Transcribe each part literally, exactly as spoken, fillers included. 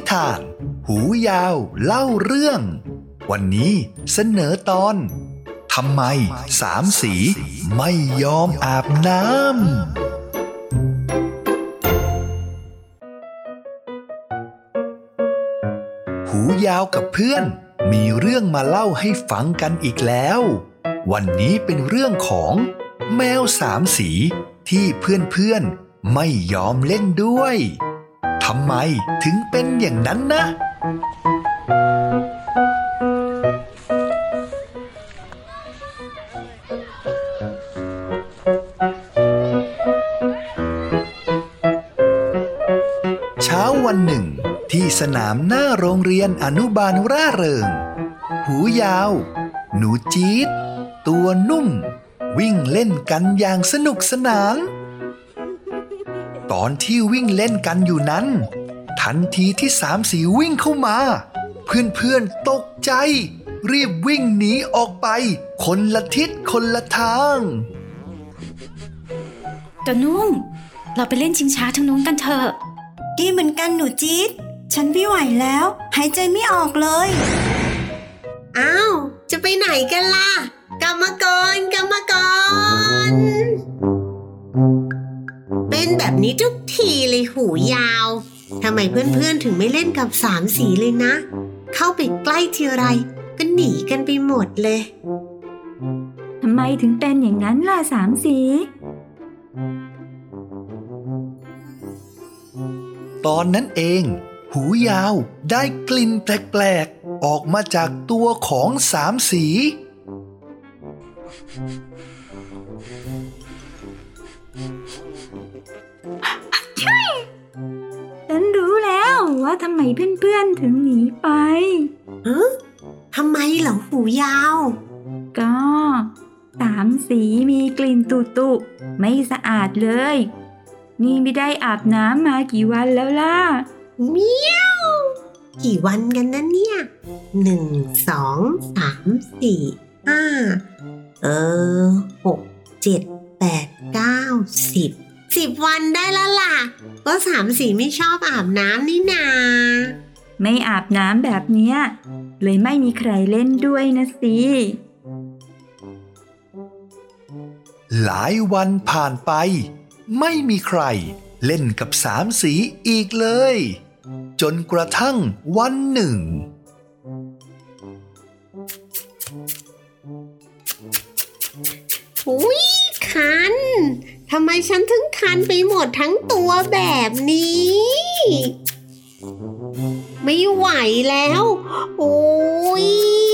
ทานหูยาวเล่าเรื่องวันนี้เสนอตอนทำไมสามสีไม่ยอมอาบน้ำหูยาวกับเพื่อนมีเรื่องมาเล่าให้ฟังกันอีกแล้ววันนี้เป็นเรื่องของแมวสามสีที่เพื่อนๆไม่ยอมเล่นด้วยทำไมถึงเป็นอย่างนั้นนะเช้าวันหนึ่งที่สนามหน้าโรงเรียนอนุบาลร่าเริงหูยาวหนูจี๊ดตัวนุ่มวิ่งเล่นกันอย่างสนุกสนานตอนที่วิ่งเล่นกันอยู่นั้นทันทีที่สามสีวิ่งเข้ามาเพื่อนๆตกใจรีบวิ่งหนีออกไปคนละทิศคนละทางตัวนุ่มเราไปเล่นชิงช้าทางนู้นกันเถอะดีเหมือนกันหนูจี๊ดฉันไม่ไหวแล้วหายใจไม่ออกเลยอ้าวจะไปไหนกันล่ะกลับมาก่อนกลับมาก่อนเป็นแบบนี้ทุกทีเลยหูยาวทำไมเพื่อนๆถึงไม่เล่นกับสามสีเลยนะเข้าไปใกล้ทีไรก็หนีกันไปหมดเลยทำไมถึงเป็นอย่างนั้นล่ะสามสีตอนนั้นเองหูยาวได้กลิ่นแปลกๆออกมาจากตัวของสามสีฉันรู้แล้วว่าทำไมเพื่อนๆถึงหนีไปฮะทำไมเหรอหูยาวก็สามสีมีกลิ่นตุตุไม่สะอาดเลยนี่ไม่ได้อาบน้ำมากี่วันแล้วล่ะเมียวกี่วันกันนะเนี่ยหนึ่งสองสามสี่ห้าเออหกเจ็ดแปดเก้าสิบสิบวันได้แล้วล่ะก็สามสีไม่ชอบอาบน้ำนี่นาไม่อาบน้ำแบบเนี้ยเลยไม่มีใครเล่นด้วยนะสิหลายวันผ่านไปไม่มีใครเล่นกับสามสีอีกเลยจนกระทั่งวันหนึ่งอุ๊ยคันทำไมฉันถึงคันไปหมดทั้งตัวแบบนี้ไม่ไหวแล้วโอ๊ย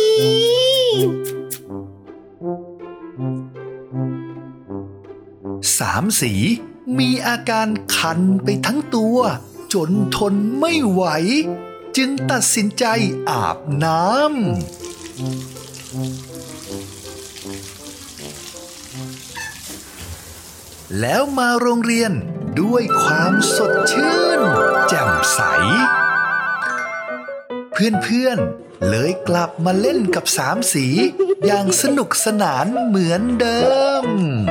สามสีมีอาการคันไปทั้งตัวจนทนไม่ไหวจึงตัดสินใจอาบน้ำแล้วมาโรงเรียนด้วยความสดชื่นแจ่มใสเพื่อนๆเลยกลับมาเล่นกับสามสีอย่างสนุกสนานเหมือนเดิม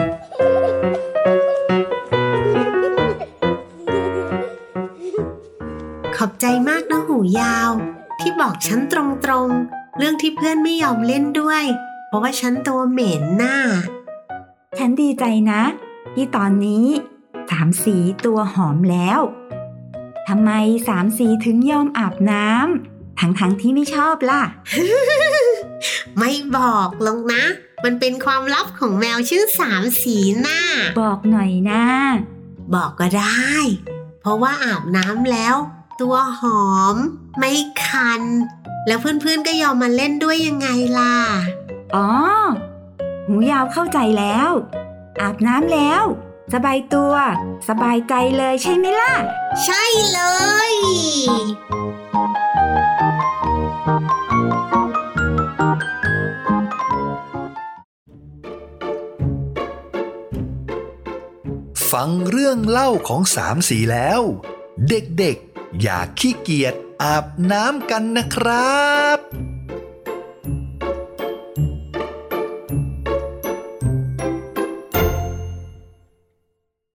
ขอบใจมากนะหูยาวที่บอกฉันตรงๆเรื่องที่เพื่อนไม่ยอมเล่นด้วยเพราะว่าฉันตัวเหม็นน่ะฉันดีใจนะที่ตอนนี้สามสีตัวหอมแล้วทำไมสามสีถึงยอมอาบน้ำทั้งๆที่ไม่ชอบล่ะไม่บอกลงนะมันเป็นความลับของแมวชื่อสามสีน่ะบอกหน่อยนะบอกก็ได้เพราะว่าอาบน้ำแล้วตัวหอมไม่คันแล้วเพื่อนๆก็ยอมมาเล่นด้วยยังไงล่ะอ๋อหูยาวเข้าใจแล้วอาบน้ำแล้วสบายตัวสบายใจเลยใช่ไหมล่ะใช่เลยฟังเรื่องเล่าของสามสีแล้วเด็กๆอย่าขี้เกียจอาบน้ำกันนะครับ